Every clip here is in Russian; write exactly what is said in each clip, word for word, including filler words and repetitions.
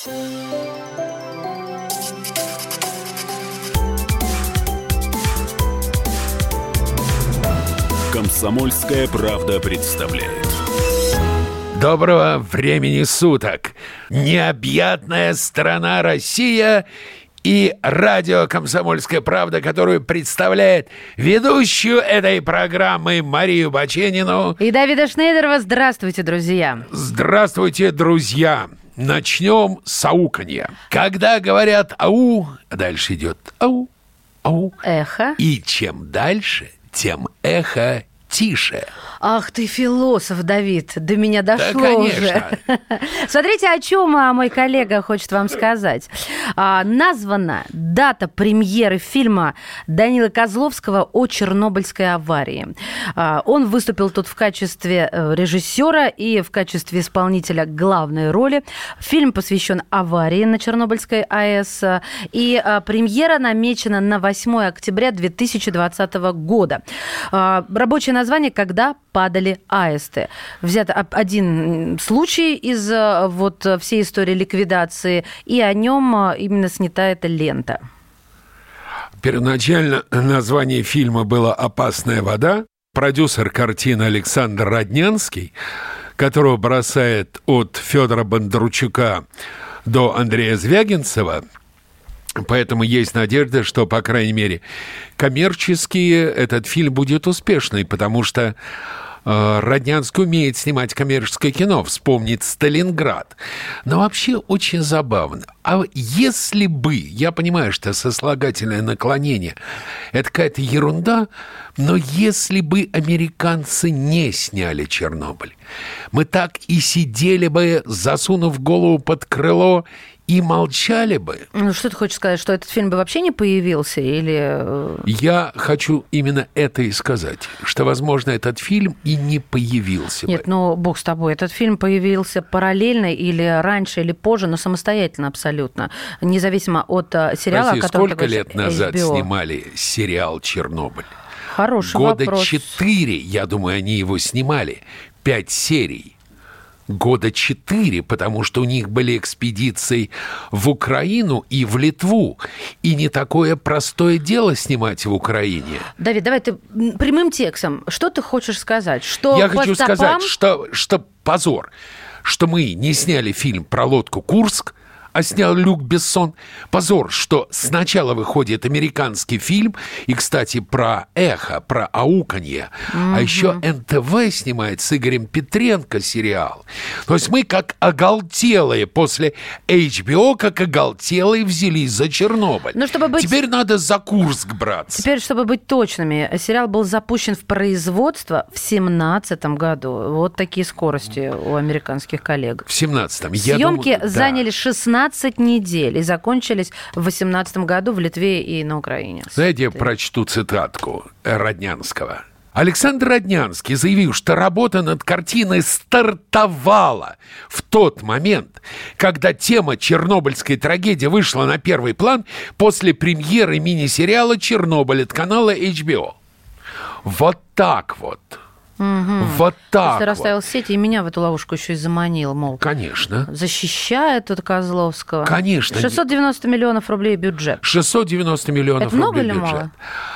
«Комсомольская правда» представляет. Доброго времени суток! Необъятная страна Россия и радио «Комсомольская правда», которую представляет ведущую этой программы Марию Баченину и Давида Шнейдерова. Здравствуйте, друзья! Здравствуйте, друзья! Начнем с ауканья. Когда говорят «ау», дальше идет «ау», «ау». Эхо. И чем дальше, тем эхо тише. Ах ты философ, Давид, до меня дошло да, уже. Смотрите, о чем мой коллега хочет вам сказать. А, названа дата премьеры фильма Данилы Козловского о Чернобыльской аварии. А, он выступил тут в качестве режиссера и в качестве исполнителя главной роли. Фильм посвящен аварии на Чернобыльской АЭС. И а, премьера намечена на восьмое октября две тысячи двадцатого года. А, рабочее название «Когда падали аисты». Взят один случай из вот всей истории ликвидации, и о нем именно снята эта лента. Первоначально название фильма было «Опасная вода». Продюсер картины Александр Роднянский, которого бросает от Федора Бондарчука до Андрея Звягинцева. Поэтому есть надежда, что, по крайней мере, коммерчески этот фильм будет успешный, потому что э, Роднянский умеет снимать коммерческое кино, вспомнит «Сталинград». Но вообще очень забавно. А если бы, я понимаю, что сослагательное наклонение – это какая-то ерунда, но если бы американцы не сняли Чернобыль, мы так и сидели бы, засунув голову под крыло, и молчали бы. Ну, что ты хочешь сказать, что этот фильм бы вообще не появился? Или... Я хочу именно это и сказать, что, возможно, этот фильм и не появился Нет, бы. ну, бог с тобой, этот фильм появился параллельно или раньше, или позже, но самостоятельно абсолютно, независимо от сериала, Россия, который... сколько лет назад эйч би о снимали сериал «Чернобыль»? Хороший Года вопрос. четыре, я думаю, они его снимали. Пять серий. Года четыре, потому что у них были экспедиции в Украину и в Литву. И не такое простое дело снимать в Украине. Давид, давай ты прямым текстом. Что ты хочешь сказать? Что Я по хочу стопам... сказать, что, что позор, что мы не сняли фильм про лодку «Курск», а снял Люк Бессон. Позор, что сначала выходит американский фильм, и, кстати, про эхо, про ауканье, mm-hmm. а еще эн тэ вэ снимает с Игорем Петренко сериал. То есть мы как оголтелые после эйч би о, как оголтелые взялись за Чернобыль. Но чтобы быть... Теперь надо за Курск браться. Теперь, чтобы быть точными, сериал был запущен в производство в семнадцатом году. Вот такие скорости у американских коллег. В семнадцатом. Съемки Я думаю, заняли да. шестнадцать недель и закончились в восемнадцатом году в Литве и на Украине. Знаете, я прочту цитатку Роднянского. Александр Роднянский заявил, что работа над картиной стартовала в тот момент, когда тема чернобыльской трагедии вышла на первый план после премьеры мини-сериала «Чернобыль» от канала эйч би о. Вот так вот. Угу. Вот так. Ты расставил вот. сети и меня в эту ловушку еще и заманил, мол. Конечно. Защищает тут Козловского. Конечно. шестьсот девяносто миллионов рублей бюджет. шестьсот девяносто миллионов Это много рублей или бюджет. мало?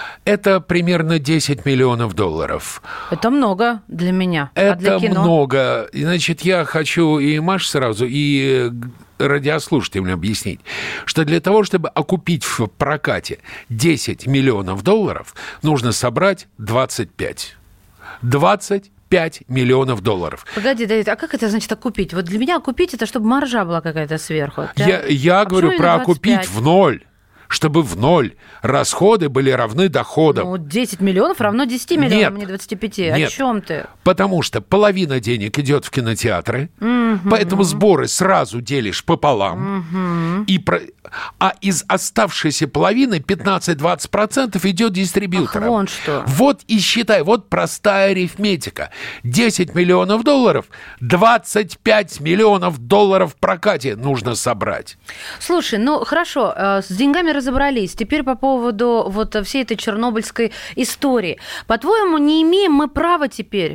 Это примерно десять миллионов долларов. Это много для меня. Это а для кино? много. Значит, я хочу и Маш сразу, и радиослушателям объяснить, что для того, чтобы окупить в прокате десять миллионов долларов, нужно собрать двадцать пять. двадцать пять миллионов долларов. Погоди, Давид, а как это значит окупить? Вот для меня окупить это, чтобы маржа была какая-то сверху. Я, я а говорю про окупить в ноль. Чтобы в ноль расходы были равны доходам. Ну, десять миллионов равно десяти миллионам, нет, не двадцати пяти. Нет, о чем ты? Потому что половина денег идет в кинотеатры, угу. поэтому сборы сразу делишь пополам. Угу. И про... А из оставшейся половины пятнадцать-двадцать процентов идет дистрибьюторам. Ах, вон что. Вот и считай, вот простая арифметика. десять миллионов долларов, двадцать пять миллионов долларов в прокате нужно собрать. Слушай, ну хорошо, с деньгами разобрались. Теперь по поводу вот всей этой чернобыльской истории. По-твоему, не имеем мы права теперь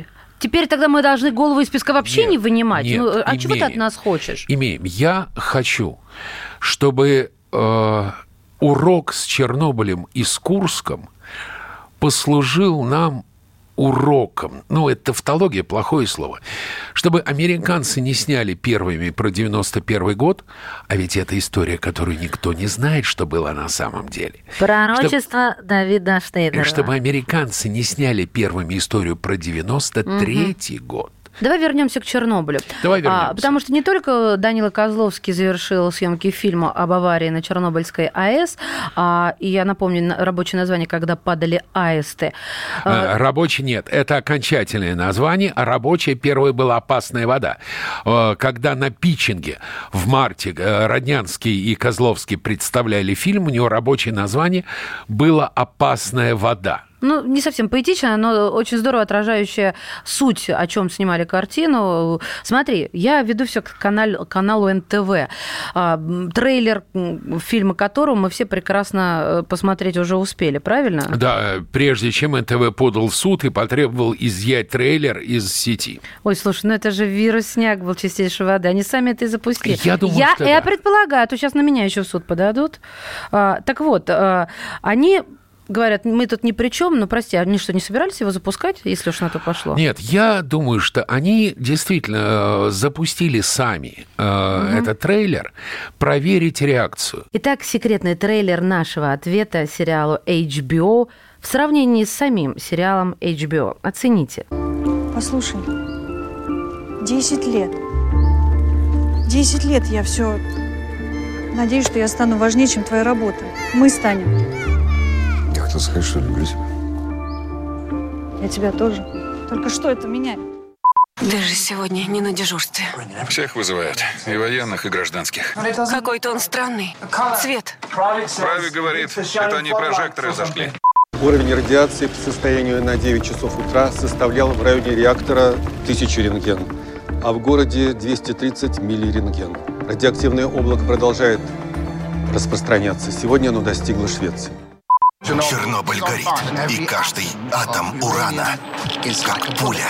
теперь тогда мы должны голову из песка вообще нет, не вынимать? Нет, ну, а имеем, чего ты от нас хочешь? Имеем. Я хочу, чтобы э, урок с Чернобылем и с Курском послужил нам уроком, ну, это тавтология, плохое слово, чтобы американцы не сняли первыми про девяносто первый год, а ведь это история, которую никто не знает, что было на самом деле. Пророчество Чтоб... Давида Штейнера. Чтобы американцы не сняли первыми историю про девяносто третий угу. год. Давай вернемся к Чернобылю. Давай вернемся. А, потому что не только Данила Козловский завершил съемки фильма об аварии на Чернобыльской АЭС, а, и я напомню рабочее название «Когда падали аисты». А, рабочий нет, это окончательное название, а рабочее первое было «Опасная вода». Когда на питчинге в марте Роднянский и Козловский представляли фильм, у него рабочее название было «Опасная вода». Ну, не совсем поэтично, но очень здорово отражающая суть, о чем снимали картину. Смотри, я веду все к каналу, каналу эн тэ вэ. Трейлер фильма которого мы все прекрасно посмотреть уже успели, правильно? Да, прежде чем эн тэ вэ подал в суд и потребовал изъять трейлер из сети. Ой, слушай, ну это же вирусняк был чистейшей воды. Они сами это и запустили. Я думаю, я, что я да. предполагаю, а то сейчас на меня еще в суд подадут. А, так вот, а, они... Говорят, мы тут ни при чем, но, прости, они что, не собирались его запускать, если уж на то пошло? Нет, я думаю, что они действительно запустили сами э, угу. этот трейлер, проверить реакцию. Итак, секретный трейлер нашего ответа сериалу эйч би о в сравнении с самим сериалом эйч би о. Оцените. Послушай, десять лет. Десять лет я все... Надеюсь, что я стану важнее, чем твоя работа. Мы станем. Я хотел сказать, что люблю тебя. Я тебя тоже. Только что это меняет? Даже сегодня не на дежурстве. Всех вызывают. И военных, и гражданских. Какой-то он странный. Цвет. Прави говорит, это они прожекторы зажгли. Уровень радиации по состоянию на девять часов утра составлял в районе реактора тысячу рентген, а в городе двести тридцать миллирентген. Радиоактивное облако продолжает распространяться. Сегодня оно достигло Швеции. Чернобыль горит, и каждый атом урана, как пуля,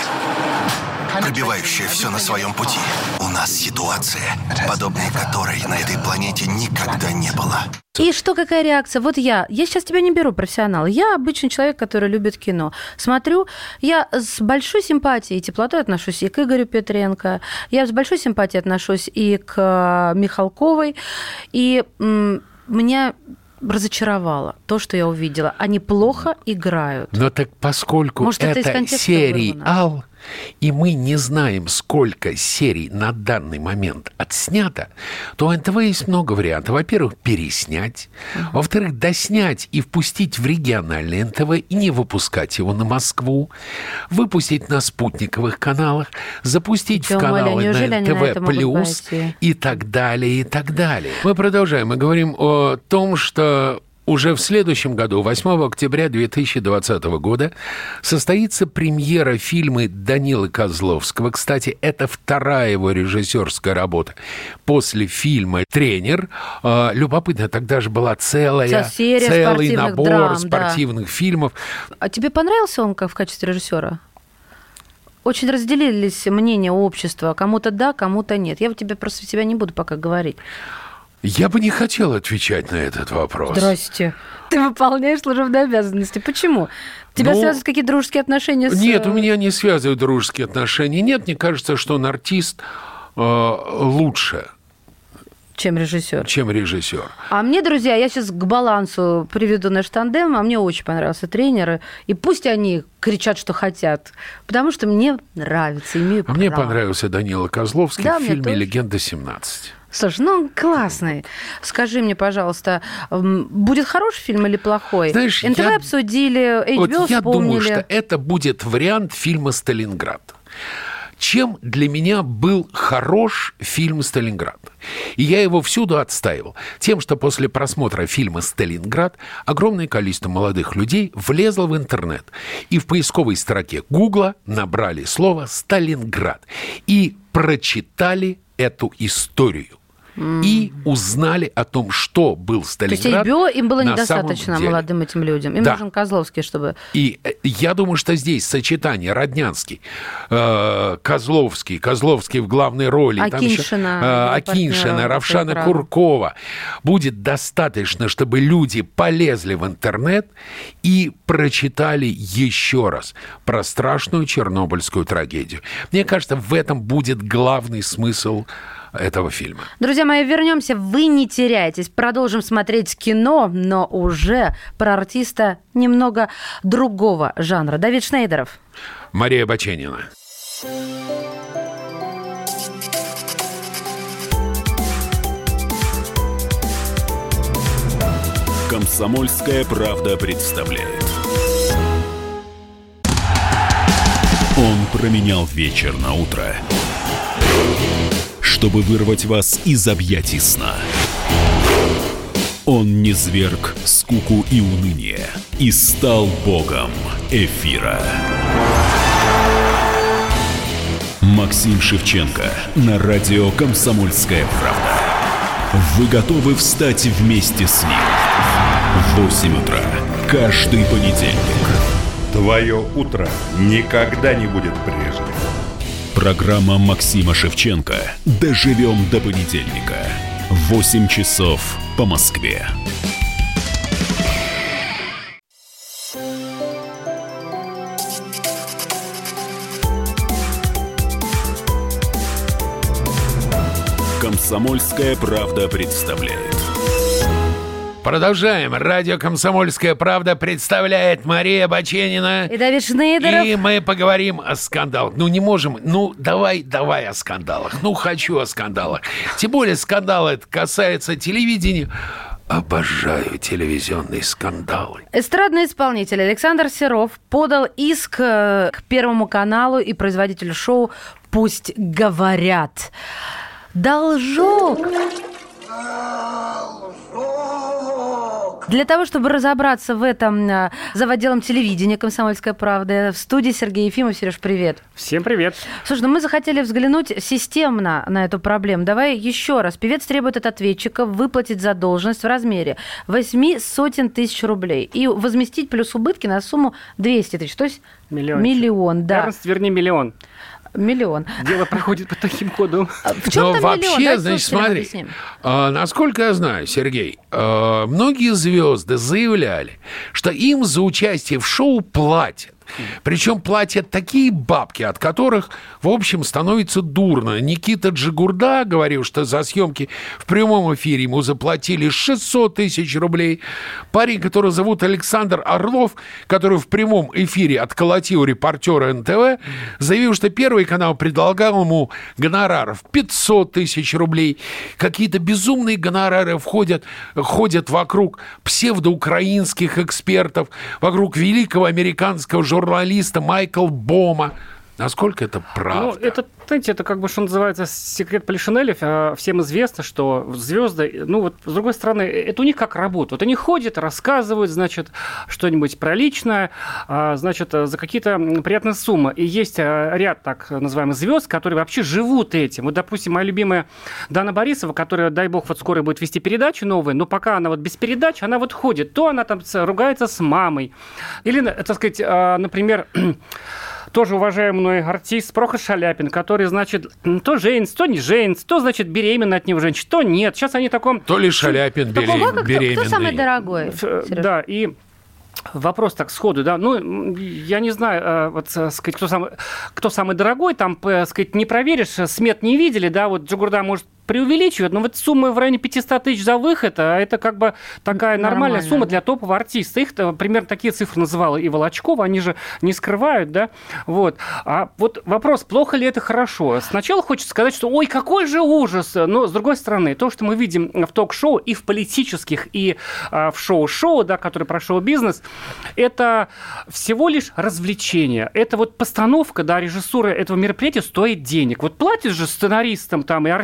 пробивающая все на своем пути. У нас ситуация, подобной которой на этой планете никогда не было. И что, какая реакция? Вот я, я сейчас тебя не беру профессионал, я обычный человек, который любит кино. Смотрю, я с большой симпатией и теплотой отношусь и к Игорю Петренко, я с большой симпатией отношусь и к Михалковой, и м- меня... разочаровало то, что я увидела. Они плохо играют. Но так поскольку Может, это, это сериал, и мы не знаем, сколько серий на данный момент отснято, то у эн тэ вэ есть много вариантов. Во-первых, переснять. Uh-huh. Во-вторых, доснять и впустить в региональный эн тэ вэ и не выпускать его на Москву. Выпустить на спутниковых каналах. Запустить я в каналы на эн тэ вэ плюс и так далее, и так далее. Мы продолжаем. Мы говорим о том, что уже в следующем году, восьмого октября две тысячи двадцатого года, состоится премьера фильма Данилы Козловского. Кстати, это вторая его режиссерская работа после фильма «Тренер». Любопытно, тогда же была целая, целый набор драм, спортивных да. фильмов. А тебе понравился он как в качестве режиссера? Очень разделились мнения общества. Кому-то да, кому-то нет. Я тебе просто тебя не буду пока говорить. Я бы не хотел отвечать на этот вопрос. Здрасте. Ты выполняешь служебные обязанности. Почему? Тебя ну, связывают какие-то дружеские отношения с... Нет, у меня не связывают дружеские отношения. Нет, мне кажется, что он артист э, лучше. Чем режиссер. Чем режиссер. А мне, друзья, я сейчас к балансу приведу наш тандем, а мне очень понравился тренер. И пусть они кричат, что хотят, потому что мне нравится, имею а право. Мне понравился Данила Козловский да, в фильме «Легенда семнадцать». Слушай, ну он классный. Скажи мне, пожалуйста, будет хороший фильм или плохой? Знаешь, эн тэ вэ я... обсудили, эйч би о вот я вспомнили. думаю, что это будет вариант фильма «Сталинград». Чем для меня был хорош фильм «Сталинград»? И я его всюду отстаивал. Тем, что после просмотра фильма «Сталинград» огромное количество молодых людей влезло в интернет и в поисковой строке Гугла набрали слово «Сталинград» и прочитали эту историю. mm. и узнали о том, что был Сталинград. То есть эйч би о им было недостаточно, молодым этим людям. Им да. нужен Козловский, чтобы... И я думаю, что здесь сочетание Роднянский, э, Козловский, Козловский в главной роли, Акиньшина, там еще, э, Акиньшина, Равшана Куркова, будет достаточно, чтобы люди полезли в интернет и прочитали еще раз про страшную чернобыльскую трагедию. Мне кажется, в этом будет главный смысл этого фильма. Друзья мои, вернемся. Вы не теряйтесь. Продолжим смотреть кино, но уже про артиста немного другого жанра. Давид Шнейдеров. Мария Баченина. «Комсомольская правда» представляет. Он променял вечер на утро, чтобы вырвать вас из объятий сна. Он низверг скуку и уныние и стал богом эфира. Максим Шевченко на радио «Комсомольская правда». Вы готовы встать вместе с ним? В восемь утра каждый понедельник. Твое утро никогда не будет прежним. Программа Максима Шевченко «Доживем до понедельника». восемь часов по Москве. «Комсомольская правда» представляет. Продолжаем. Радио «Комсомольская правда» представляет Мария Баченина. И Давид Шнейдеров. И мы поговорим о скандалах. Ну, не можем. Ну, давай, давай о скандалах. Ну, хочу о скандалах. Тем более скандалы это касается телевидения. Обожаю телевизионные скандалы. Эстрадный исполнитель Александр Серов подал иск к Первому каналу и производителю шоу «Пусть говорят». Должок. Для того, чтобы разобраться в этом, за отделом телевидения «Комсомольская правда», в студии Сергей Ефимов. Сереж, привет. Всем привет. Слушай, ну мы захотели взглянуть системно на эту проблему. Давай еще раз. Певец требует от ответчика выплатить задолженность в размере восьми сотен тысяч рублей и возместить плюс убытки на сумму двести тысяч, то есть миллион. Миллион, да. Эрнст, верни миллион. Миллион. Дело проходит по таким кодам. В чем там вообще, миллион? Да, значит, смотри, а, насколько я знаю, Сергей, а, многие звезды заявляли, что им за участие в шоу платят. Причем платят такие бабки, от которых, в общем, становится дурно. Никита Джигурда говорил, что за съемки в прямом эфире ему заплатили шестьсот тысяч рублей. Парень, которого зовут Александр Орлов, который в прямом эфире отколотил репортера эн тэ вэ, заявил, что Первый канал предлагал ему гонорар в пятьсот тысяч рублей. Какие-то безумные гонорары входят, ходят вокруг псевдоукраинских экспертов, вокруг великого американского журналиста, журналиста Майкла Бома. Насколько это правда? Ну, это, знаете, это как бы, что называется, секрет Полишинеля. Всем известно, что звезды, ну вот, с другой стороны, это у них как работа. Вот они ходят, рассказывают, значит, что-нибудь про личное, значит, за какие-то приятные суммы. И есть ряд так называемых звезд, которые вообще живут этим. Вот, допустим, моя любимая Дана Борисова, которая, дай бог, вот скоро будет вести передачи новые, но пока она вот без передач, она вот ходит. То она там ругается с мамой. Или, так сказать, например... Тоже уважаемый мной артист Прохор Шаляпин, который, значит, то женится, то не женится, то, значит, беременна от него женщина, то нет. Сейчас они таком... То ли Шаляпин беременный. Кто, кто самый дорогой? Да, и... Вопрос так сходу, да, ну, я не знаю, вот, сказать, кто самый, кто самый дорогой, там, сказать, не проверишь, смет не видели, да, вот Джигурда может преувеличивает, но вот сумма в районе пятьсот тысяч за выход, а это как бы такая нормальная Нормально. сумма для топового артиста. Их примерно такие цифры называла и Волочкова, они же не скрывают, да, вот. А вот вопрос, плохо ли это хорошо? Сначала хочется сказать, что ой, какой же ужас, но с другой стороны, то, что мы видим в ток-шоу и в политических, и а, в шоу-шоу, да, который про шоу-бизнес, это всего лишь развлечение. Это вот постановка, да, режиссура этого мероприятия стоит денег. Вот платят же сценаристам там и артистам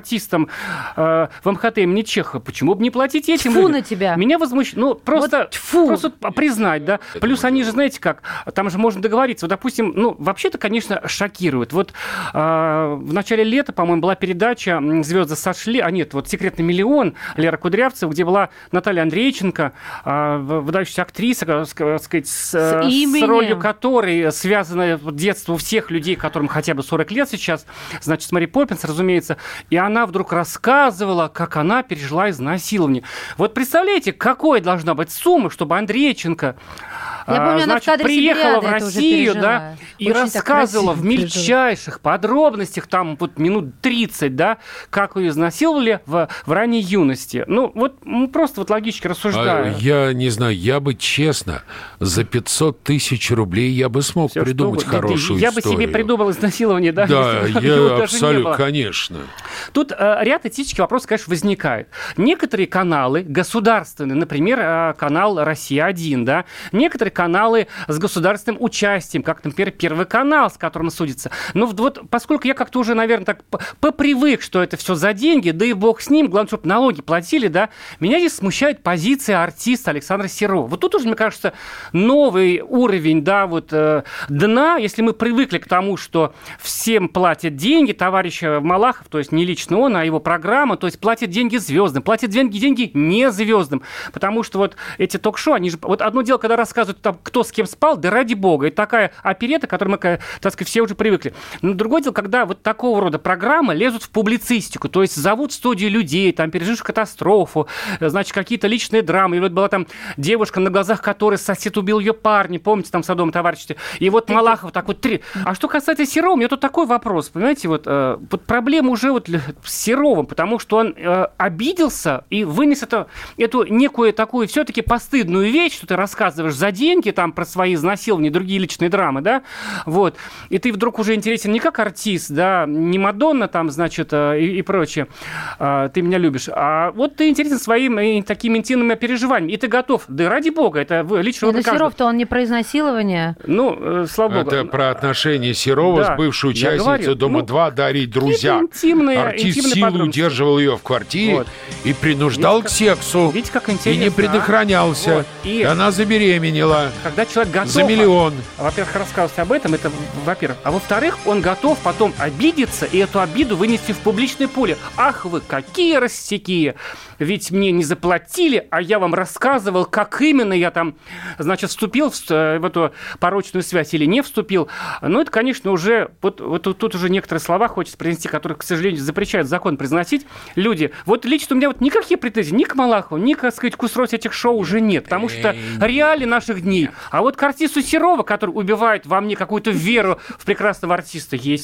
э, в эм ха тэ имени Чехова. Почему бы не платить этим Тьфу людям? на тебя. Меня возмущает. Ну, просто, вот тьфу. просто признать, да. Это Плюс они же, знаете как, там же можно договориться. Вот, допустим, ну, вообще-то, конечно, шокирует. Вот э, в начале лета, по-моему, была передача «Звезды сошли», а нет, вот «Секретный миллион» Лера Кудрявцева, где была Наталья Андрейченко, э, выдающаяся актриса, так сказать, с, с, с ролью которой связано детство у всех людей, которым хотя бы сорок лет сейчас, значит, с Мэри Поппинс, разумеется, и она вдруг рассказывала, как она пережила изнасилование. Вот представляете, какой должна быть сумма, чтобы Андрейченко Я помню, значит, она в приехала в Россию, да, и Очень рассказывала в мельчайших подробностях, там вот минут тридцать, да, как ее изнасиловали в, в ранней юности. Ну, вот ну, просто вот логически рассуждаю. А, я не знаю, я бы, честно, за пятьсот тысяч рублей я бы смог Всё, придумать что, хорошую я историю. бы себе придумал изнасилование, да? Да, я абсолютно, конечно. Тут э, ряд этических вопросов, конечно, возникает. Некоторые каналы государственные, например, э, канал «Россия один», да, некоторые каналы с государственным участием, как, например, Первый канал, с которым судится. Но вот поскольку я как-то уже, наверное, так попривык, что это все за деньги, да и бог с ним, главное, чтобы налоги платили, да, меня здесь смущает позиция артиста Александра Серова. Вот тут уже, мне кажется, новый уровень, да, вот э, дна, если мы привыкли к тому, что всем платят деньги, товарищ Малахов, то есть не лично он, а его программа, то есть платят деньги звездам, платят деньги, деньги не звездам, потому что вот эти ток-шоу, они же, вот одно дело, когда рассказывают, там, кто с кем спал, да ради бога, это такая оперета, к которой мы, так сказать, все уже привыкли. Но другое дело, когда вот такого рода программы лезут в публицистику, то есть зовут в студию людей, там, переживших катастрофу, значит, какие-то личные драмы, и вот была там девушка, на глазах которой сосед убил ее парня, помните, там, в «Садовом товариществе», и вот Малахов так вот три. А что касается Серова, у меня тут такой вопрос, понимаете, вот, э, вот проблема уже вот с Серовым, потому что он э, обиделся и вынес это, эту некую такую все-таки постыдную вещь, что ты рассказываешь за деньги, там, про свои изнасилования, другие личные драмы, да, вот, и ты вдруг уже интересен не как артист, да, не Мадонна там, значит, э, и, и прочее, э, ты меня любишь, а вот ты интересен своим э, такими интимными переживаниями, и ты готов, да ради бога, это лично... Это Серов-то он не про изнасилование. Ну, э, слава богу. Это про отношения Серова да, с бывшей участницей «Дома-два» ну, Дарьей Друзья. Интимные, Артист интимные силой подробности. удерживал ее в квартире вот. И принуждал видите, к сексу. Видите, как интересно, и не предохранялся. Вот. И, и она забеременела. Когда человек готов... За миллион. Во-первых, рассказывать об этом, это во-первых. А во-вторых, он готов потом обидеться и эту обиду вынести в публичное поле. Ах вы, какие рассеки! Ведь мне не заплатили, а я вам рассказывал, как именно я там, значит, вступил в, в эту порочную связь или не вступил. Ну, это, конечно, уже... Вот, вот тут, тут уже некоторые слова хочется произнести, которые, к сожалению, запрещают закон произносить. Люди, вот лично у меня вот никаких претензий ни к Малахову, ни, так сказать, к устройству этих шоу уже нет, потому что реалии наших дней. А вот к артисту Серова, который убивает во мне какую-то веру в прекрасного артиста, есть.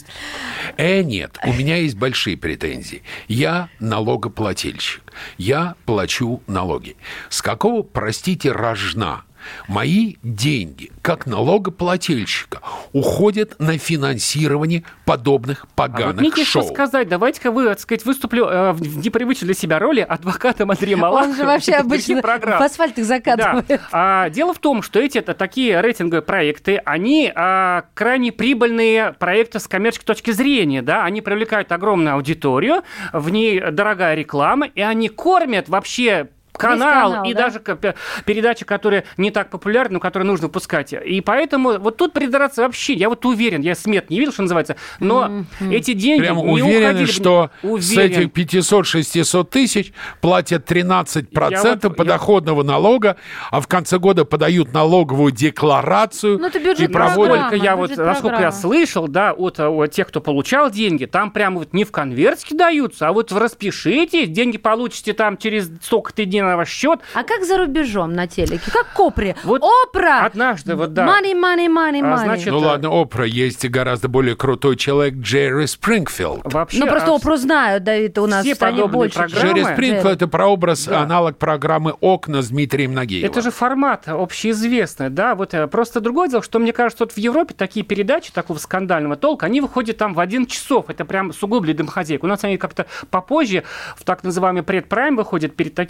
Э, нет, у меня есть большие претензии. Я налогоплательщик. Я плачу налоги. С какого, простите, рожна мои деньги, как налогоплательщика, уходят на финансирование подобных поганых а вот мне шоу? Что сказать, давайте-ка вы, так сказать, выступлю э, в непривычной для себя роли адвокатом Андрея Малахова. Он же вообще обычно в асфальт их закатывает. Да. А, дело в том, что эти это, такие рейтинговые проекты, они а, крайне прибыльные проекты с коммерческой точки зрения, да, они привлекают огромную аудиторию, в ней дорогая реклама, и они кормят вообще канал, канал и да? даже передачи, которые не так популярны, но которые нужно выпускать. И поэтому вот тут придраться вообще, я вот уверен, я смет не видел, что называется, но mm-hmm. эти деньги прямо не уверены, уходили. что уверен. с этих пятьсот-шестьсот тысяч платят тринадцать процентов вот, подоходного я... налога, а в конце года подают налоговую декларацию ну, и проводят... Насколько я, вот, насколько я слышал, да, от, от тех, кто получал деньги, там прямо вот не в конвертике даются, а вот вы распишитесь, деньги получите там через столько-то дней на ваш счет. А как за рубежом на телеке? Как к Опре? Вот Опра! Однажды, вот да. Money, money, money, money. А, значит, ну ладно, Опра, есть гораздо более крутой человек Джерри Спрингфилд. Вообще, ну просто а Опру знают, да, это у нас все в стране больше. Джерри Спрингфилд — это прообраз, да. аналог программы «Окна» с Дмитрием Нагиевым. Это же формат общеизвестный, да, вот просто другое дело, что мне кажется, вот в Европе такие передачи такого скандального толка, они выходят там в один часов, это прям сугубо для домохозяек. У нас они как-то попозже, в так называемый предпрайм выходят перед такими уже вечерами,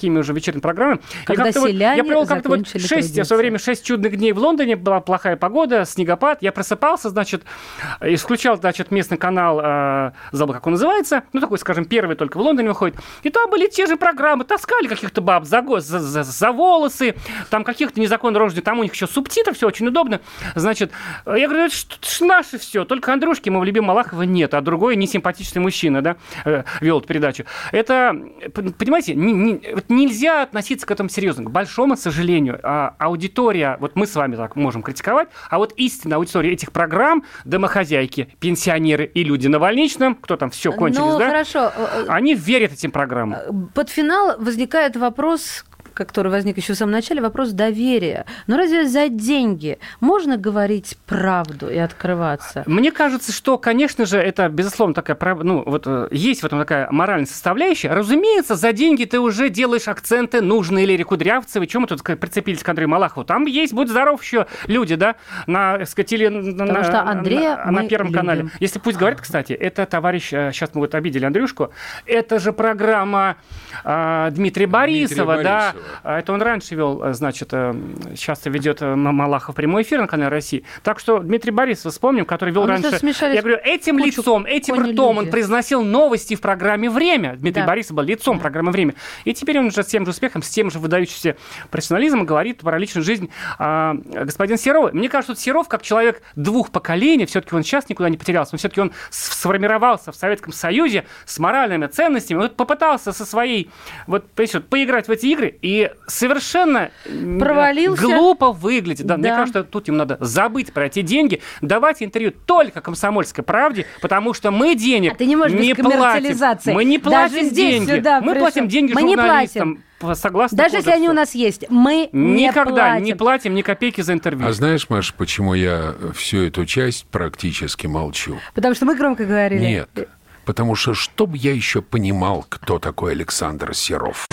вечерней программы. Когда селяне Я провел как-то вот шесть, в свое время шесть чудных дней в Лондоне, была плохая погода, снегопад. Я просыпался, значит, и включал, значит, местный канал, э, забыл, как он называется, ну, такой, скажем, первый только в Лондоне выходит. И там были те же программы, таскали каких-то баб за, за, за, за волосы, там каких-то незаконно рожденных, там у них еще субтитры, все очень удобно. Значит, я говорю, это ж наше все, только Андрюшки, моего любимого Малахова, нет, а другой несимпатичный мужчина, да, э, вел эту передачу. Это, понимаете, не, не, нельзя относиться к этому серьезно. К большому сожалению, а, аудитория, вот мы с вами так можем критиковать, а вот истинная аудитория этих программ, домохозяйки, пенсионеры и люди на больничном, кто там все кончились, ну, да? Хорошо. Они верят этим программам. Под финал возникает вопрос, который возник еще в самом начале, вопрос доверия. Но разве за деньги можно говорить правду и открываться? Мне кажется, что, конечно же, это, безусловно, такая, ну, вот есть в этом такая моральная составляющая. Разумеется, за деньги ты уже делаешь акценты нужные Лере Кудрявцевой. Чем мы тут прицепились к Андрею Малахову? Там есть, будь здоров, еще люди, да, на, сказать, или на, что Андрея на, на Первом любим. канале. Если пусть говорит, кстати, это товарищ, сейчас мы вот обидели Андрюшку, это же программа а, Дмитрия Борисова, Дмитрия да, Борисова. Это он раньше вел, значит, часто ведет Малахов прямой эфир на канале «Россия». Так что Дмитрий Борисов, вспомним, который вел а раньше... Я говорю, этим лицом, этим ртом люди. Он произносил новости в программе «Время». Дмитрий да. Борисов был лицом да. программы «Время». И теперь он уже с тем же успехом, с тем же выдающимся профессионализмом говорит про личную жизнь а, господин Серова. Мне кажется, что Серов, как человек двух поколений, все-таки он сейчас никуда не потерялся, но все-таки он сформировался в Советском Союзе с моральными ценностями, вот попытался со своей... Вот, поиграть в эти игры и... совершенно провалился. Глупо выглядит. Да, да. Мне кажется, тут им надо забыть про эти деньги, давать интервью только «Комсомольской правде», потому что мы денег а ты не, можешь не без коммерциализации. Платим. Мы не платим Даже деньги. Мы пришел. платим деньги мы журналистам. Согласно Даже кодексу. если они у нас есть, мы никогда не платим. не платим ни копейки за интервью. А знаешь, Маш, почему я всю эту часть практически молчу? Потому что мы громко говорили. Нет, потому что чтобы я еще понимал, кто такой Александр Серов.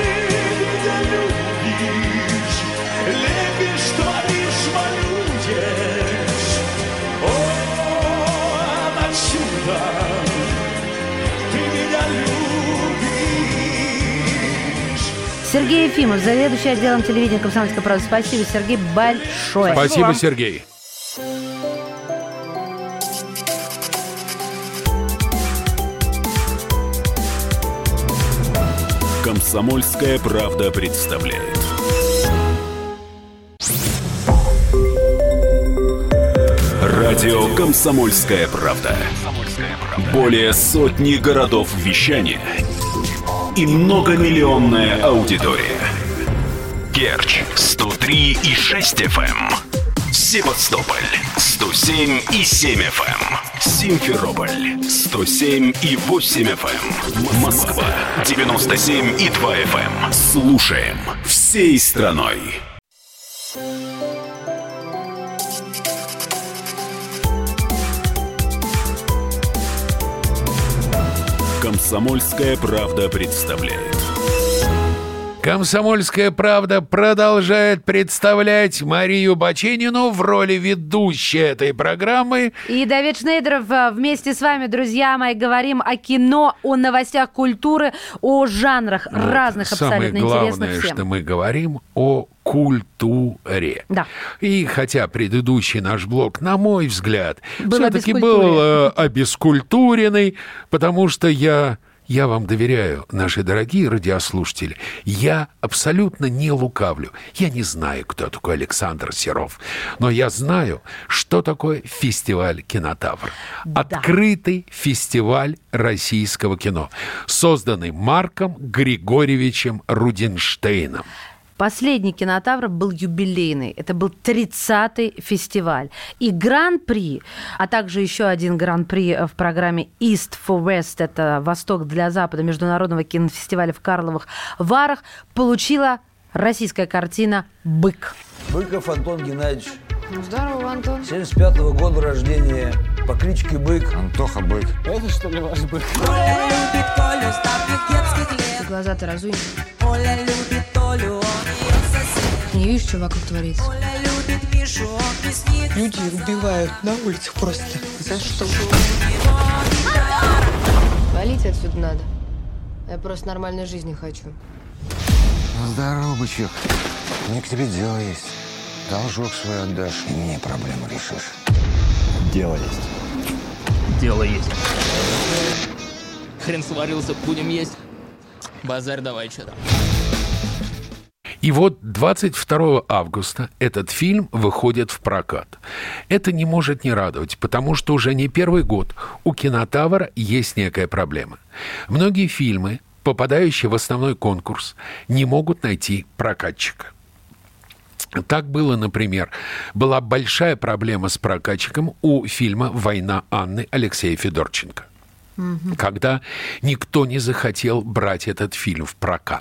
Сергей Ефимов, заведующий отделом телевидения «Комсомольской правды». Спасибо, Сергей, большое. Спасибо, Сергей. «Комсомольская правда» представляет. Радио «Комсомольская правда». Более сотни городов вещания и многомиллионная аудитория. Керчь сто три и шесть эф эм, Севастополь сто семь и семь эф эм, Симферополь сто семь и восемь эф эм, Москва девяносто семь и два эф эм. Слушаем всей страной. «Комсомольская правда» представляет. «Комсомольская правда» продолжает представлять Марию Баченину в роли ведущей этой программы. И Давид Шнейдеров вместе с вами, друзья мои, говорим о кино, о новостях культуры, о жанрах вот разных абсолютно интересных тем. Самое главное, что мы говорим о культуре. Да. И хотя предыдущий наш блок, на мой взгляд, все-таки был э, обескультуренный, потому что я... Я вам доверяю, наши дорогие радиослушатели. Я абсолютно не лукавлю. Я не знаю, кто такой Александр Серов. Но я знаю, что такое фестиваль «Кинотавр». Да. Открытый фестиваль российского кино, созданный Марком Григорьевичем Рудинштейном. Последний «Кинотавр» был юбилейный. Это был тридцатый фестиваль. И гран-при, а также еще один гран-при в программе East for West, это «Восток для Запада» международного кинофестиваля в Карловых Варах, получила российская картина «Бык». Быков Антон Геннадьевич. Ну, здорово, Антон. семьдесят пятого года рождения, по кличке Бык. Антоха Бык. Это что ли ваш Бык? Оля любит Колю с давних детских лет. Ты глаза-то разуй. Оля любит Толю, он ее сосед. Не видишь, что вокруг творится? Оля любит Мишу, он песнит. Люди убивают на улицах просто. За что? Валить отсюда надо. Я просто нормальной жизни хочу. Здорово, бычок. Мне к тебе дело есть. Должок свой отдашь, и мне проблему решишь. Дело есть. Дело есть. Хрен сварился, будем есть. Базарь давай, что там. И вот двадцать второго августа этот фильм выходит в прокат. Это не может не радовать, потому что уже не первый год у «Кинотавра» есть некая проблема. Многие фильмы, попадающие в основной конкурс, не могут найти прокатчика. Так было, например, была большая проблема с прокатчиком у фильма «Война Анны» Алексея Федорченко, угу. когда никто не захотел брать этот фильм в прокат.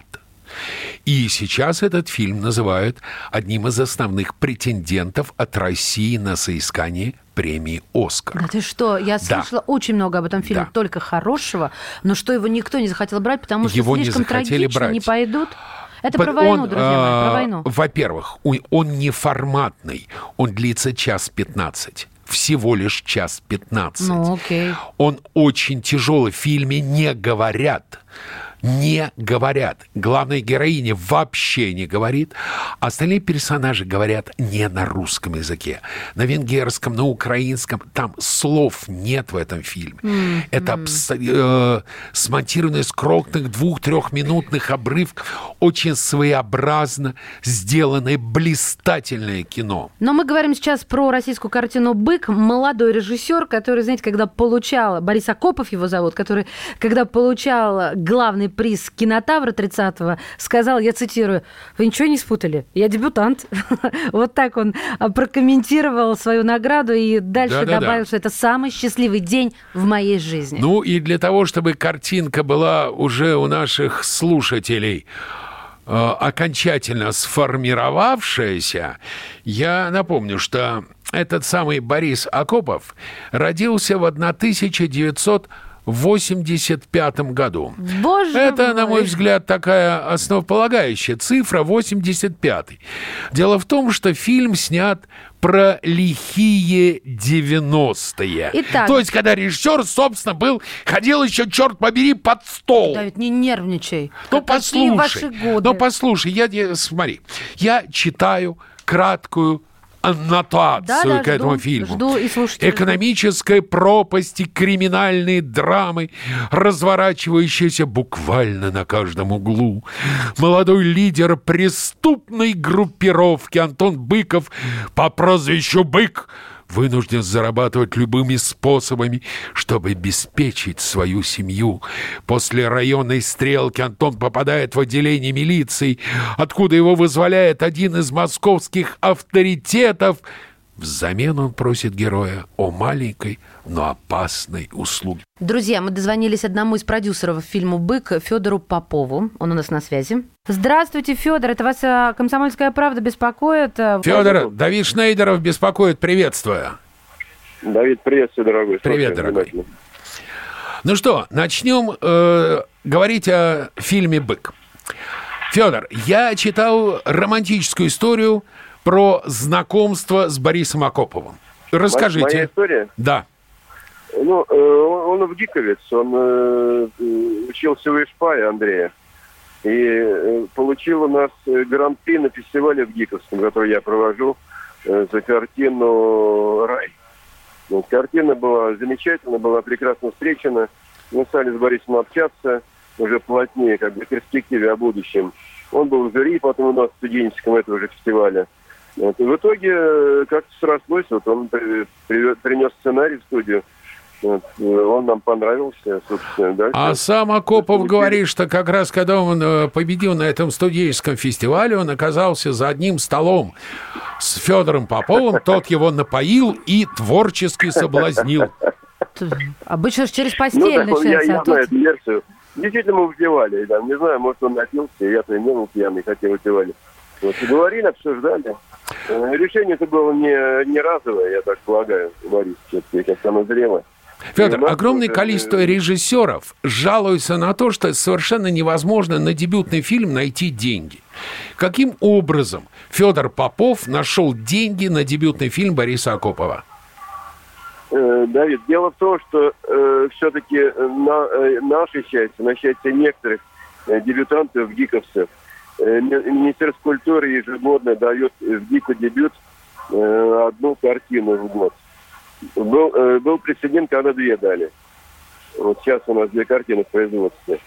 И сейчас этот фильм называют одним из основных претендентов от России на соискание премии «Оскар». Да ты что? Я да. слышала очень много об этом фильме, да. только хорошего, но что его никто не захотел брать, потому что его слишком не трагично, брать. не пойдут. Это Под, про войну, он, друзья мои, про войну. Во-первых, он не форматный, он длится час пятнадцать. Всего лишь час пятнадцать. Ну, окей. Он очень тяжелый. В фильме не говорят. Не говорят. Главная героиня вообще не говорит. Остальные персонажи говорят не на русском языке. На венгерском, на украинском. Там слов нет в этом фильме. Mm-hmm. Это абс- э, смонтированный с крохотных двух-трехминутных обрывков. Очень своеобразно сделанное, блистательное кино. Но мы говорим сейчас про российскую картину «Бык». Молодой режиссер, который, знаете, когда получал... Борис Акопов его зовут, который, когда получал главный приз «Кинотавра» тридцатого, сказал, я цитирую, вы ничего не спутали? Я дебютант. Вот так он прокомментировал свою награду и дальше Да-да-да. добавил, что это самый счастливый день в моей жизни. Ну и для того, чтобы картинка была уже у наших слушателей э, окончательно сформировавшаяся, я напомню, что этот самый Борис Акопов родился в тысяча девятьсот восемьдесят пятом году. Боже Это, мой. на мой взгляд, такая основополагающая цифра, восемьдесят пятый. Дело в том, что фильм снят про лихие девяностые. Итак. То есть, когда режиссер, собственно, был, ходил еще, черт побери, под стол. Давид, не нервничай. Ну, Какие послушай. ваши годы? Ну, послушай, я, я, смотри, я читаю краткую аннотацию Да-да, к этому жду, фильму. Жду и слушайте. Экономическая пропасть и криминальные драмы, разворачивающиеся буквально на каждом углу. Молодой лидер преступной группировки Антон Быков по прозвищу Бык вынужден зарабатывать любыми способами, чтобы обеспечить свою семью. После районной стрелки Антон попадает в отделение милиции, откуда его вызволяет один из московских авторитетов. Взамен он просит героя о маленькой, но опасной услуге. Друзья, мы дозвонились одному из продюсеров фильма «Бык» Федору Попову. Он у нас на связи. Здравствуйте, Федор. Это вас «Комсомольская правда» беспокоит? Федор, Давид Шнейдеров беспокоит. Приветствую. Давид, приветствую, дорогой. Привет, дорогой. Ну что, начнем э, говорить о фильме «Бык». Федор, я читал романтическую историю про знакомство с Борисом Акоповым. Расскажите. Моя история? Да. Ну, он, он в Гиковец, он э, учился в ИШПАе Андрея. И э, получил у нас гран-при на фестивале в Гиковском, который я провожу, э, за картину «Рай». Ну, картина была замечательная, была прекрасно встречена. Мы стали с Борисом общаться уже плотнее, как бы в перспективе о будущем. Он был в жюри потом у нас в студенческом этого же фестиваля. Вот. И в итоге как-то срослось, вот он при, при, принес сценарий в студию, вот. Он нам понравился, собственно. Дальше. А сам Акопов говорит, что как раз когда он победил на этом студенческом фестивале, он оказался за одним столом с Федором Поповым, тот его напоил и творчески соблазнил. Обычно через постель ну, начинается. Я, я а знаю тут... эту версию. Действительно, мы выпивали. Да. Не знаю, может, он напился, я-то не был пьяный, хотя выпивали. Вот, и говорили, обсуждали. Решение это было не, не разовое, я так полагаю, Борис, все-таки, как оно зрело. Федор, огромное количество режиссеров жалуются на то, что совершенно невозможно на дебютный фильм найти деньги. Каким образом Федор Попов нашел деньги на дебютный фильм Бориса Акопова? Э, Давид, дело в том, что э, все-таки на э, нашей счастье, на счастье некоторых э, дебютантов, гиковцев, Министерство культуры ежегодно дает в ГИКу дебют одну картину в год. Был, был прецедент, когда две дали. Вот сейчас у нас две картины в производстве.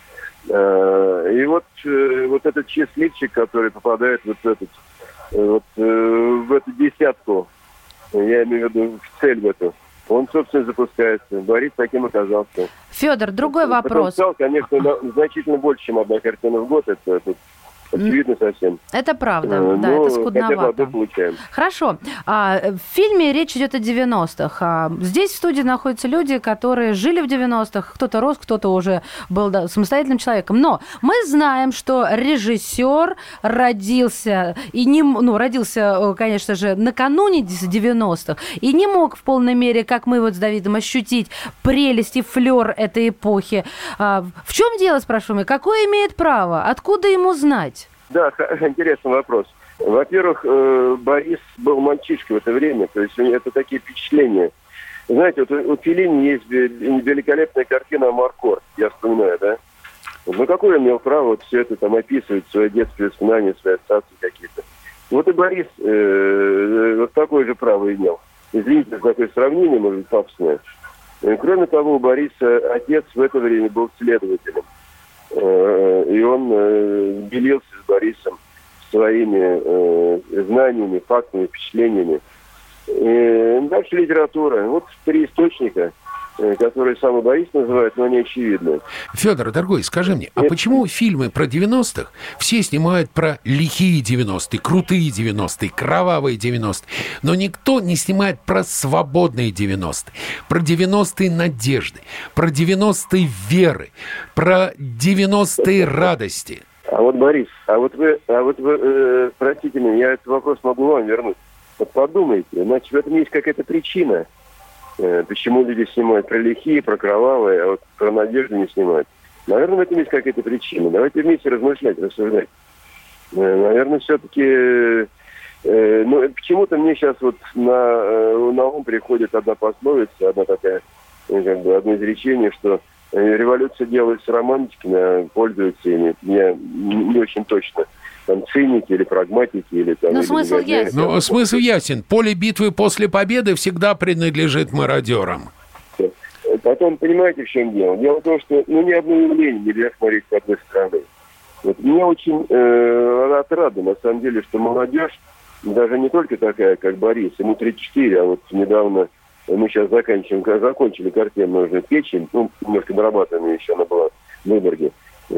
И вот, вот этот счастливчик, который попадает вот, этот, вот в эту десятку, я имею в виду в цель в эту, он, собственно, запускается. Борис таким оказался. Федор, другой вопрос. Потенциал, конечно, значительно больше, чем одна картина в год. Это, это очевидно совсем. Это правда, Но да, это скудновато. Получаем. Хорошо. А, в фильме речь идет о девяностых. А, здесь в студии находятся люди, которые жили в девяностых. Кто-то рос, кто-то уже был да, самостоятельным человеком. Но мы знаем, что режиссер родился, и не, ну, родился, конечно же, накануне девяностых, и не мог в полной мере, как мы вот с Давидом, ощутить прелесть и флёр этой эпохи. А, в чем дело, спрашиваем, какое имеет право? Откуда ему знать? Да, интересный вопрос. Во-первых, Борис был мальчишкой в это время, то есть это такие впечатления. Знаете, вот у Феллини есть великолепная картина «Амаркорд», я вспоминаю, да? Ну, какое он имел право вот все это там описывать, свое детство, воспоминания, свои ассоциации какие-то. Вот и Борис э, вот такое же право имел. Извините за такое сравнение, может быть, пафосное. Кроме того, у Бориса отец в это время был следователем. И он делился с Борисом своими знаниями, фактами, впечатлениями. И дальше литература. Вот три источника, которые сам и Борис называет, но они очевидны. Федор, дорогой, скажи мне, а почему фильмы про девяностых все снимают про лихие девяностые, крутые девяностые, кровавые девяностые, но никто не снимает про свободные девяностые, про девяностые надежды, про девяностые веры, про девяностые радости? А вот, Борис, а вот вы, а вот вы э, простите меня, я этот вопрос могу вам вернуть. Вот подумайте, значит, в этом есть какая-то причина. Почему люди снимают про лихие, про кровавые, а вот про надежду не снимают. Наверное, в этом есть какая-то причина. Давайте вместе размышлять, рассуждать. Наверное, все-таки... Ну, почему-то мне сейчас вот на, на ум приходит одна пословица, одна такая, как бы, одно изречение, что революция делается романтиками, а пользуются ими. Я не очень точно. Там циники или прагматики, или там... Ну, смысл ясен. Ну, смысл ясен. Поле битвы после победы всегда принадлежит мародерам. Потом, понимаете, в чем дело? Дело в том, что ну, ни одно явление нельзя смотреть с одной стороны. Вот мне очень э, отрадно, на самом деле, что молодежь, даже не только такая, как Борис, ему тридцать четыре, а вот недавно мы сейчас заканчиваем, закончили картину «Нужная печень», ну, немножко дорабатываем еще, она была в Выборге.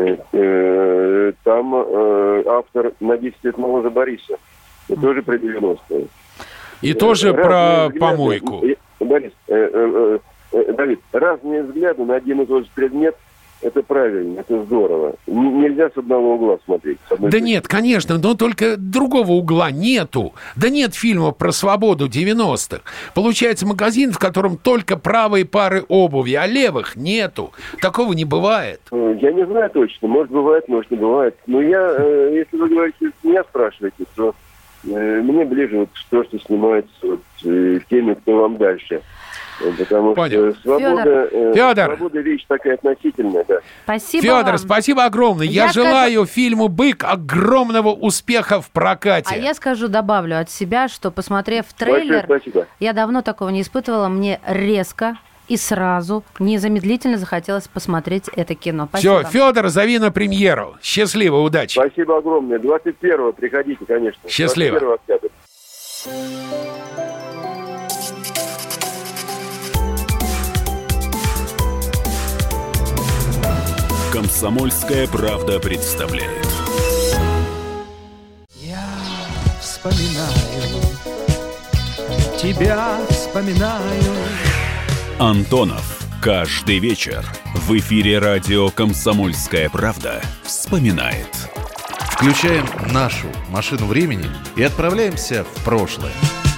Там э, автор на десять лет моложе Бориса. И тоже про девяностые. И тоже разные про взгляды, помойку. Борис, э, э, э, Давид, разные взгляды на один и тот же предмет — это правильно, это здорово. Н- нельзя с одного угла смотреть. Да стороны. Нет, конечно, но только другого угла нету. Да нет фильмов про свободу девяностых. Получается магазин, в котором только правые пары обуви, а левых нету. Такого не бывает. Я не знаю точно. Может, бывает, может, не бывает. Но я, э, если вы говорите, меня спрашиваете, то э, мне ближе вот то, что снимается вот, э, теми, кто вам дальше. Потому Понял. что свобода, э, Федор. свобода вещь такая относительная, да. Спасибо Федор, вам. спасибо огромное. Я, я желаю скажу... фильму «Бык» огромного успеха в прокате. А я скажу, добавлю от себя, что, посмотрев трейлер, я давно такого не испытывала, мне резко и сразу, незамедлительно захотелось посмотреть это кино. Спасибо. Все, Федор, зови на премьеру. Счастливо, удачи. Спасибо огромное. двадцать первого приходите, конечно. Счастливо. двадцать первого октября. «Комсомольская правда» представляет. Я вспоминаю, тебя вспоминаю. Антонов. Каждый вечер в эфире радио «Комсомольская правда» вспоминает. Включаем нашу машину времени и отправляемся в прошлое.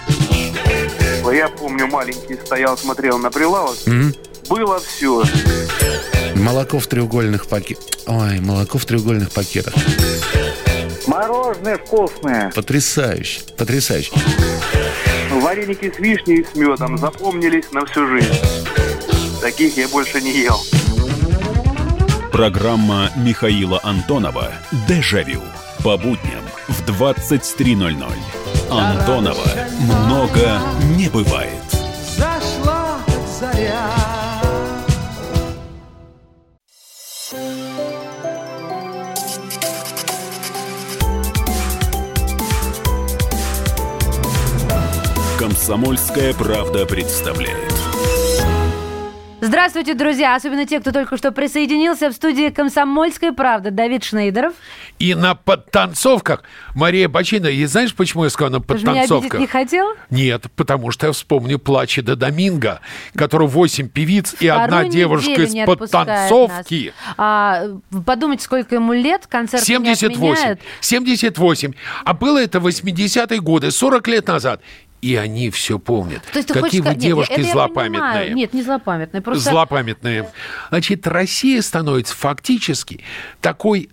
Я помню, маленький стоял, смотрел на прилавок. Mm-hmm. Было все. Молоко в треугольных пакетах. Ой, молоко в треугольных пакетах. Мороженое вкусное. Потрясающе, потрясающе. Вареники с вишней и с медом запомнились на всю жизнь. Таких я больше не ел. Программа Михаила Антонова «Дежавю». По будням в двадцать три ноль ноль. Антонова много не бывает. Зашла заря. «Комсомольская правда» представляет. Здравствуйте, друзья! Особенно те, кто только что присоединился. В студии «Комсомольская правда» Давид Шнейдеров. И на подтанцовках Мария Бочина. И знаешь, почему я сказал на подтанцовках? Ты меня обидеть не хотел? Нет, потому что я вспомню «Плачи до Доминго», которую восемь певиц и Вторую одна девушка из подтанцовки. А, подумайте, сколько ему лет, концерт семьдесят восемь. семьдесят восемь. А было это в восьмидесятые годы, сорок лет назад. И они все помнят. То есть ты Какие хочешь... вы девушки Нет, злопамятные. Нет, не злопамятные. Просто... Злопамятные. Значит, Россия становится фактически такой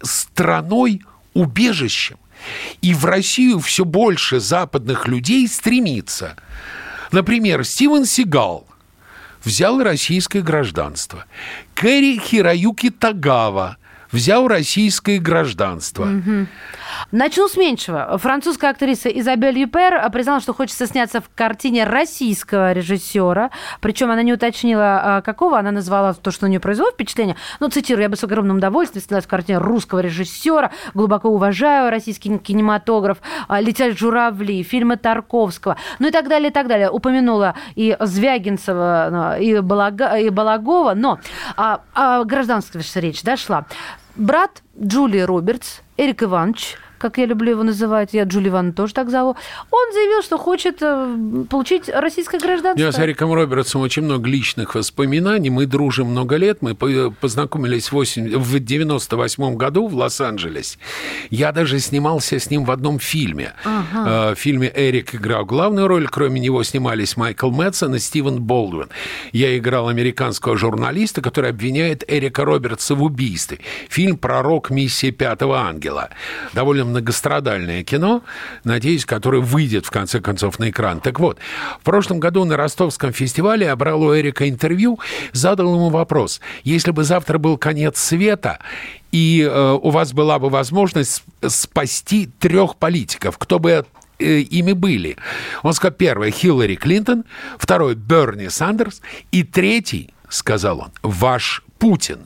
страной-убежищем. И в Россию все больше западных людей стремится. Например, Стивен Сигал взял российское гражданство. Кэри Хироюки Тагава взял российское гражданство. Угу. Начну с меньшего. Французская актриса Изабель Юпер призналась, что хочет сняться в картине российского режиссера. Причем она не уточнила, какого. Она назвала то, что на нее произвело впечатление. Ну, цитирую, я бы с огромным удовольствием снялась в картине русского режиссера. Глубоко уважаю российский кинематограф. «Летят журавли», фильмы Тарковского. Ну и так далее, и так далее. Упомянула и Звягинцева, и, Балага, и Балагова. Но о, о гражданстве речь дошла. Брат Джулии Робертс, Эрик Иванович, как я люблю его называть, я Джули Ивановна тоже так зову, он заявил, что хочет получить российское гражданство. У меня с Эриком Робертсом очень много личных воспоминаний. Мы дружим много лет. Мы познакомились в девяносто восьмом году в Лос-Анджелесе. Я даже снимался с ним в одном фильме. Ага. В фильме Эрик играл главную роль. Кроме него снимались Майкл Мэдсон и Стивен Болдуин. Я играл американского журналиста, который обвиняет Эрика Робертса в убийстве. Фильм «Пророк. Миссия пятого ангела». Довольно многострадальное кино, надеюсь, которое выйдет, в конце концов, на экран. Так вот, в прошлом году на Ростовском фестивале я брал у Эрика интервью, задал ему вопрос. Если бы завтра был конец света, и э, у вас была бы возможность спасти трех политиков, кто бы э, ими были? Он сказал, первое, Хиллари Клинтон, второй, Берни Сандерс, и третий, сказал он, ваш Путин.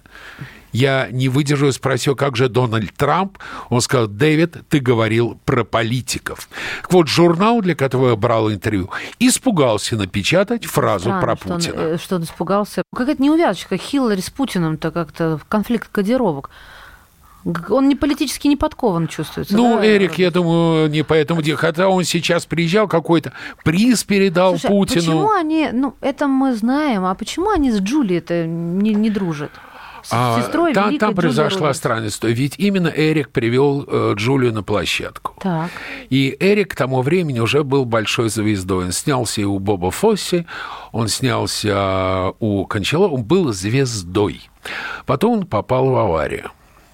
Я не выдержал и спросил, как же Дональд Трамп? Он сказал, Дэвид, ты говорил про политиков. Так вот, журнал, для которого я брал интервью, испугался напечатать фразу Странно, про Путина. Что он, что он испугался? Какая-то неувязочка. Хиллари с Путиным-то как-то конфликт кодировок. Он не политически не подкован чувствуется. Ну, да? Эрик, я думаю, не по этому делу. Хотя он сейчас приезжал, какой-то приз передал Слушай, Путину. Почему они, ну, это мы знаем, а почему они с Джулией-то не, не дружат? С а, сестрой там, великой там произошла Робертс. странность. Ведь именно Эрик привел э, Джулию на площадку. Так. И Эрик к тому времени уже был большой звездой. Он снялся и у Боба Фосси, он снялся у Кончалова, он был звездой. Потом он попал в аварию.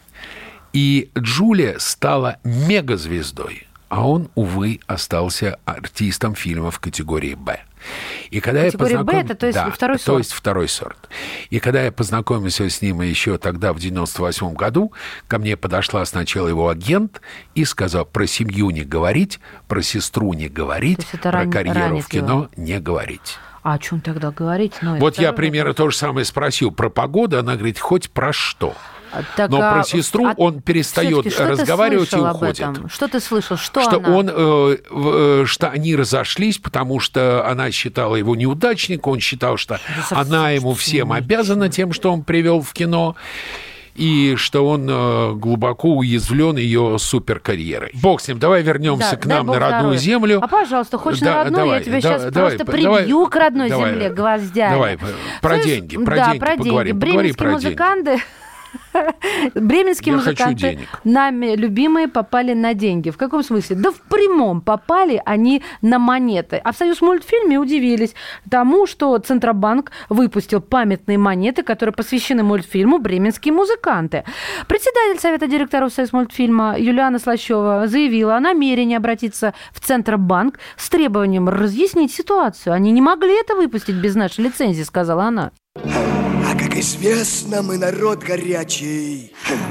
И Джулия стала мегазвездой. А он, увы, остался артистом фильма в категории «Б». И когда категория я познаком... «Б» — это то есть да, второй сорт? То есть второй сорт. И когда я познакомился с ним еще тогда, в девяносто восьмом году, ко мне подошла сначала его агент и сказал, про семью не говорить, про сестру не говорить, про ран... карьеру в кино его. не говорить. А о чем тогда говорить? Ну, вот я примерно то же самое спросил про погоду, она говорит, хоть про что. Так, но а, про сестру а, он перестает разговаривать и уходит. Что ты слышал? Что, что она? он, э, э, что они разошлись, потому что она считала его неудачником, он считал, что да она ему всем обязана тем, что он привел в кино. И что он э, глубоко уязвлен ее суперкарьерой. Бог с ним, давай вернемся да, к нам на родную здоровья. землю. А, пожалуйста, хочешь да, на родную, давай, я тебя да, сейчас давай, просто давай, прибью к родной давай, земле гвоздями. Давай, про Слышь, деньги, про да, деньги про поговорим. деньги. Бременские музыканты... Бременские Я музыканты, нами любимые, попали на деньги. В каком смысле? Да в прямом попали они на монеты. А в Союзмультфильме удивились тому, что Центробанк выпустил памятные монеты, которые посвящены мультфильму «Бременские музыканты». Председатель Совета директоров Союзмультфильма Юлиана Слащева заявила о намерении обратиться в Центробанк с требованием разъяснить ситуацию. Они не могли это выпустить без нашей лицензии, сказала она. А как известно, мы народ горячий,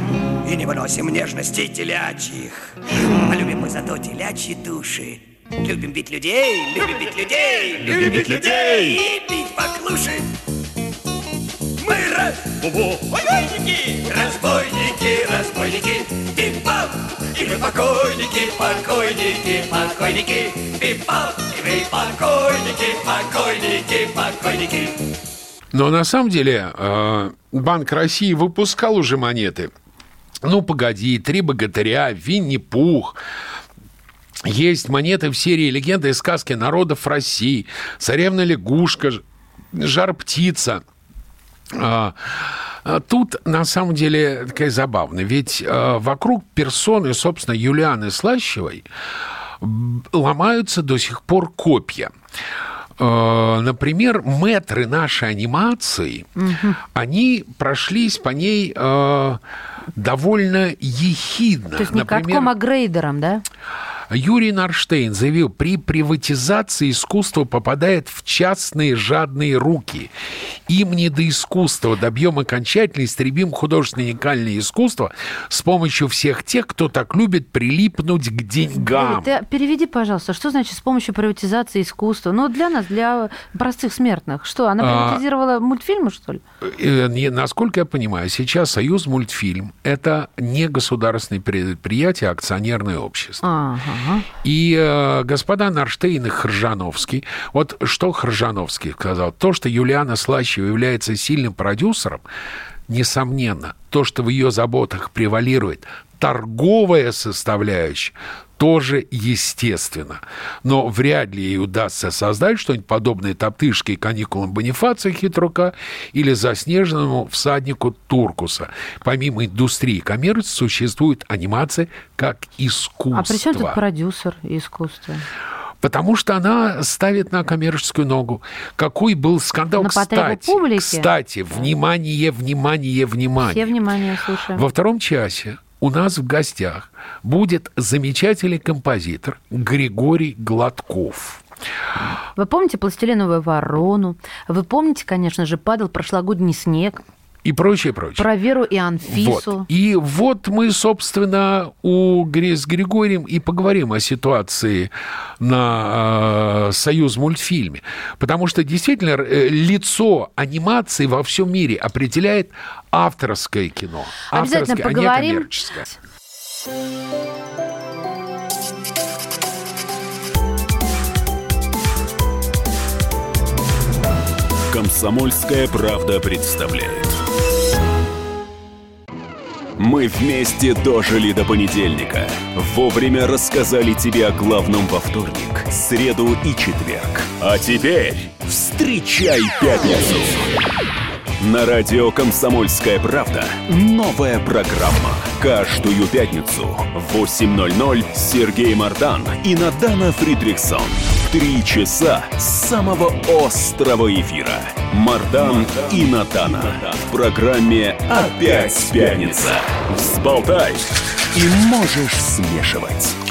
и не выносим нежностей телячьих. А любим мы зато телячьи души. Любим бить людей, любим бить людей, любим бить людей и бить поклуши. Мы разбойники, разбойники, разбойники, бим-бам, и мы покойники, покойники, покойники, бим-бам, и мы покойники, покойники, покойники. Но на самом деле Банк России выпускал уже монеты. Ну, погоди, «Три богатыря», «Винни-Пух». Есть монеты в серии «Легенды и сказки народов России», «Царевна-лягушка», «Жар-птица». Тут, на самом деле, такая забавная. Ведь вокруг персоны, собственно, Юлианы Слащевой ломаются до сих пор копья. Например, мэтры нашей анимации, угу. они прошлись по ней э, довольно ехидно. То есть не Например, катком, а грейдером, да? Юрий Нарштейн заявил, при приватизации искусство попадает в частные жадные руки. Им не до искусства, добьем окончательно, истребим художественное уникальное искусство с помощью всех тех, кто так любит прилипнуть к деньгам. Ты переведи, пожалуйста, что значит с помощью приватизации искусства? Ну, для нас, для простых смертных. Что, она приватизировала а, мультфильмы, что ли? Насколько я понимаю, сейчас Союзмультфильм – это не государственное предприятие, а акционерное общество. Ага. И э, господа Нарштейн и Хржановский, вот что Хржановский сказал, то, что Юлиана Слащева является сильным продюсером, несомненно, то, что в ее заботах превалирует торговая составляющая, тоже естественно. Но вряд ли ей удастся создать что-нибудь подобное «Топтыжке» и «Каникулам Бонифация Хитрука» или «Заснеженному всаднику Туркуса». Помимо индустрии и коммерции существует анимация как искусство. А при чем тут продюсер искусства? Потому что она ставит на коммерческую ногу. Какой был скандал, на кстати. Публики? Кстати, внимание, внимание, внимание. Все внимание слушаем. Во втором часе у нас в гостях будет замечательный композитор Григорий Гладков. Вы помните «Пластилиновую ворону»? Вы помните, конечно же, «Падал прошлогодний снег». И прочее, прочее. Про Веру и Анфису. Вот. И вот мы, собственно, у, с Григорием и поговорим о ситуации на э, Союзмультфильме. Потому что, действительно, лицо анимации во всем мире определяет авторское кино. Обязательно авторское, поговорим. А не коммерческое. «Комсомольская правда» представляет. Мы вместе дожили до понедельника. Вовремя рассказали тебе о главном во вторник, среду и четверг. А теперь встречай пятницу. На радио «Комсомольская правда» новая программа. Каждую пятницу в восемь ноль ноль Сергей Мардан и Надана Фридрихсон. Три часа самого острого эфира. Мардан и Надана. В программе «Опять пятница». Взболтай и можешь смешивать.